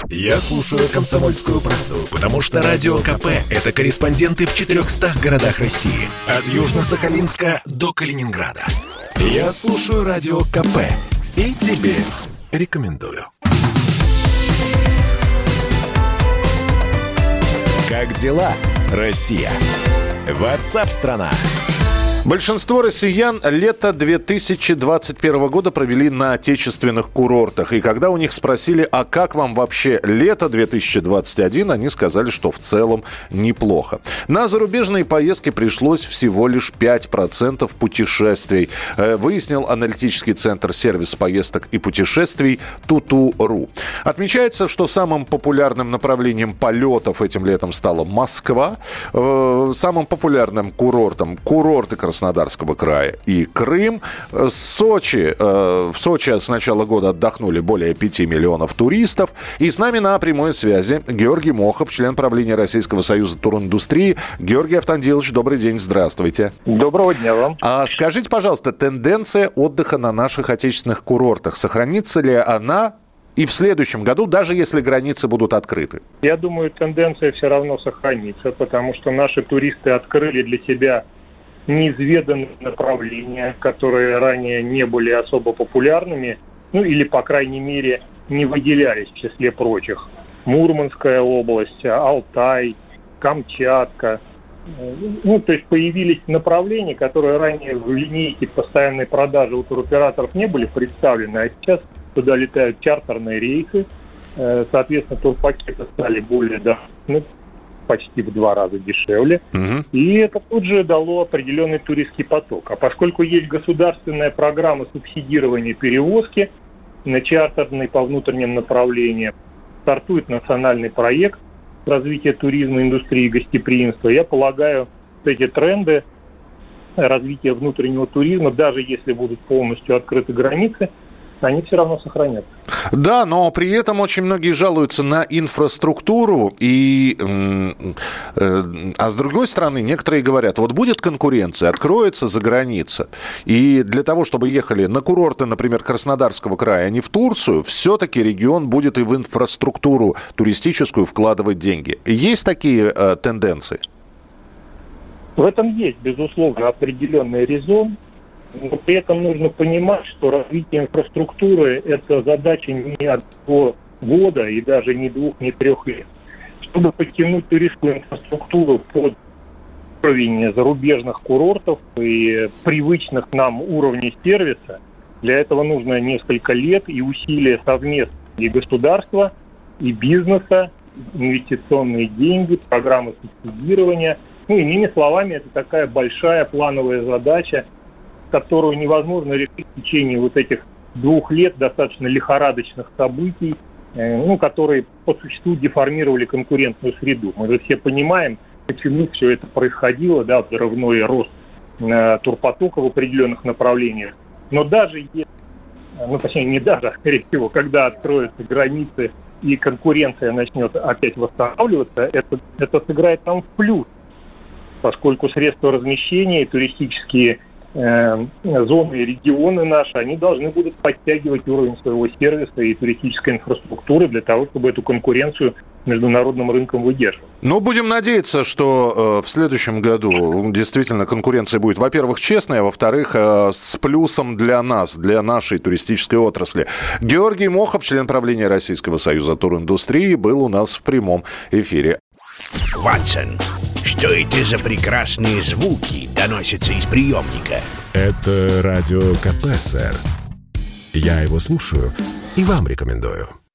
Я слушаю «Комсомольскую правду», потому что Радио КП – это корреспонденты в 400 городах России. От Южно-Сахалинска до Калининграда. Я слушаю Радио КП и тебе рекомендую. Как дела, Россия? WhatsApp-страна. Большинство россиян лето 2021 года провели на отечественных курортах. И когда у них спросили, а как вам вообще лето 2021, они сказали, что в целом неплохо. На зарубежные поездки пришлось всего лишь 5% путешествий, выяснил аналитический центр «Сервис поездок и путешествий» Туту.ру. Отмечается, что самым популярным направлением полетов этим летом стала Москва. Самым популярным курортом курорты Краснодарского края и Крым. В Сочи с начала года отдохнули более 5 миллионов туристов. И с нами на прямой связи Георгий Мохов, член правления Российского союза туриндустрии. Георгий Автандилович, добрый день, здравствуйте. Доброго дня вам. Скажите, пожалуйста, тенденция отдыха на наших отечественных курортах, сохранится ли она и в следующем году, даже если границы будут открыты? Я думаю, тенденция все равно сохранится, потому что наши туристы открыли для себя неизведанные направления, которые ранее не были особо популярными, или, по крайней мере, не выделялись в числе прочих. Мурманская область, Алтай, Камчатка. То есть появились направления, которые ранее в линейке постоянной продажи у туроператоров не были представлены, а сейчас туда летают чартерные рейсы, соответственно, турпакеты стали более доступны, почти в 2 раза дешевле. И это тут же дало определенный туристский поток. А поскольку есть государственная программа субсидирования перевозки на чартерной по внутренним направлениям, стартует национальный проект развития туризма, индустрии, гостеприимства, я полагаю, что эти тренды развития внутреннего туризма, даже если будут полностью открыты границы, они все равно сохранятся. Да, но при этом очень многие жалуются на инфраструктуру, а с другой стороны, некоторые говорят, вот будет конкуренция, откроется за граница, и для того, чтобы ехали на курорты, например, Краснодарского края, а не в Турцию, все-таки регион будет и в инфраструктуру туристическую вкладывать деньги. Есть такие тенденции? В этом есть, безусловно, определенный резон. Но при этом нужно понимать, что развитие инфраструктуры – это задача не одного года и даже не 2, не 3 лет. Чтобы подтянуть туристскую инфраструктуру под уровень зарубежных курортов и привычных нам уровней сервиса, для этого нужно несколько лет и усилия совместно и государства, и бизнеса, инвестиционные деньги, программы субсидирования. Иными словами, это такая большая плановая задача, которую невозможно решить в течение вот этих 2 лет достаточно лихорадочных событий, которые по существу деформировали конкурентную среду. Мы же все понимаем, почему все это происходило, взрывной рост турпотока в определенных направлениях. Но даже если, не даже, а скорее всего, когда откроются границы и конкуренция начнет опять восстанавливаться, это сыграет нам в плюс, поскольку средства размещения и туристические зоны и регионы наши, они должны будут подтягивать уровень своего сервиса и туристической инфраструктуры для того, чтобы эту конкуренцию международным рынком выдерживать. Будем надеяться, что в следующем году действительно конкуренция будет, во-первых, честной, а во-вторых, с плюсом для нас, для нашей туристической отрасли. Георгий Мохов, член правления Российского союза туриндустрии, был у нас в прямом эфире. Ватсон, что это за прекрасные звуки доносятся из приемника? Это радио КП, сэр. Я его слушаю и вам рекомендую.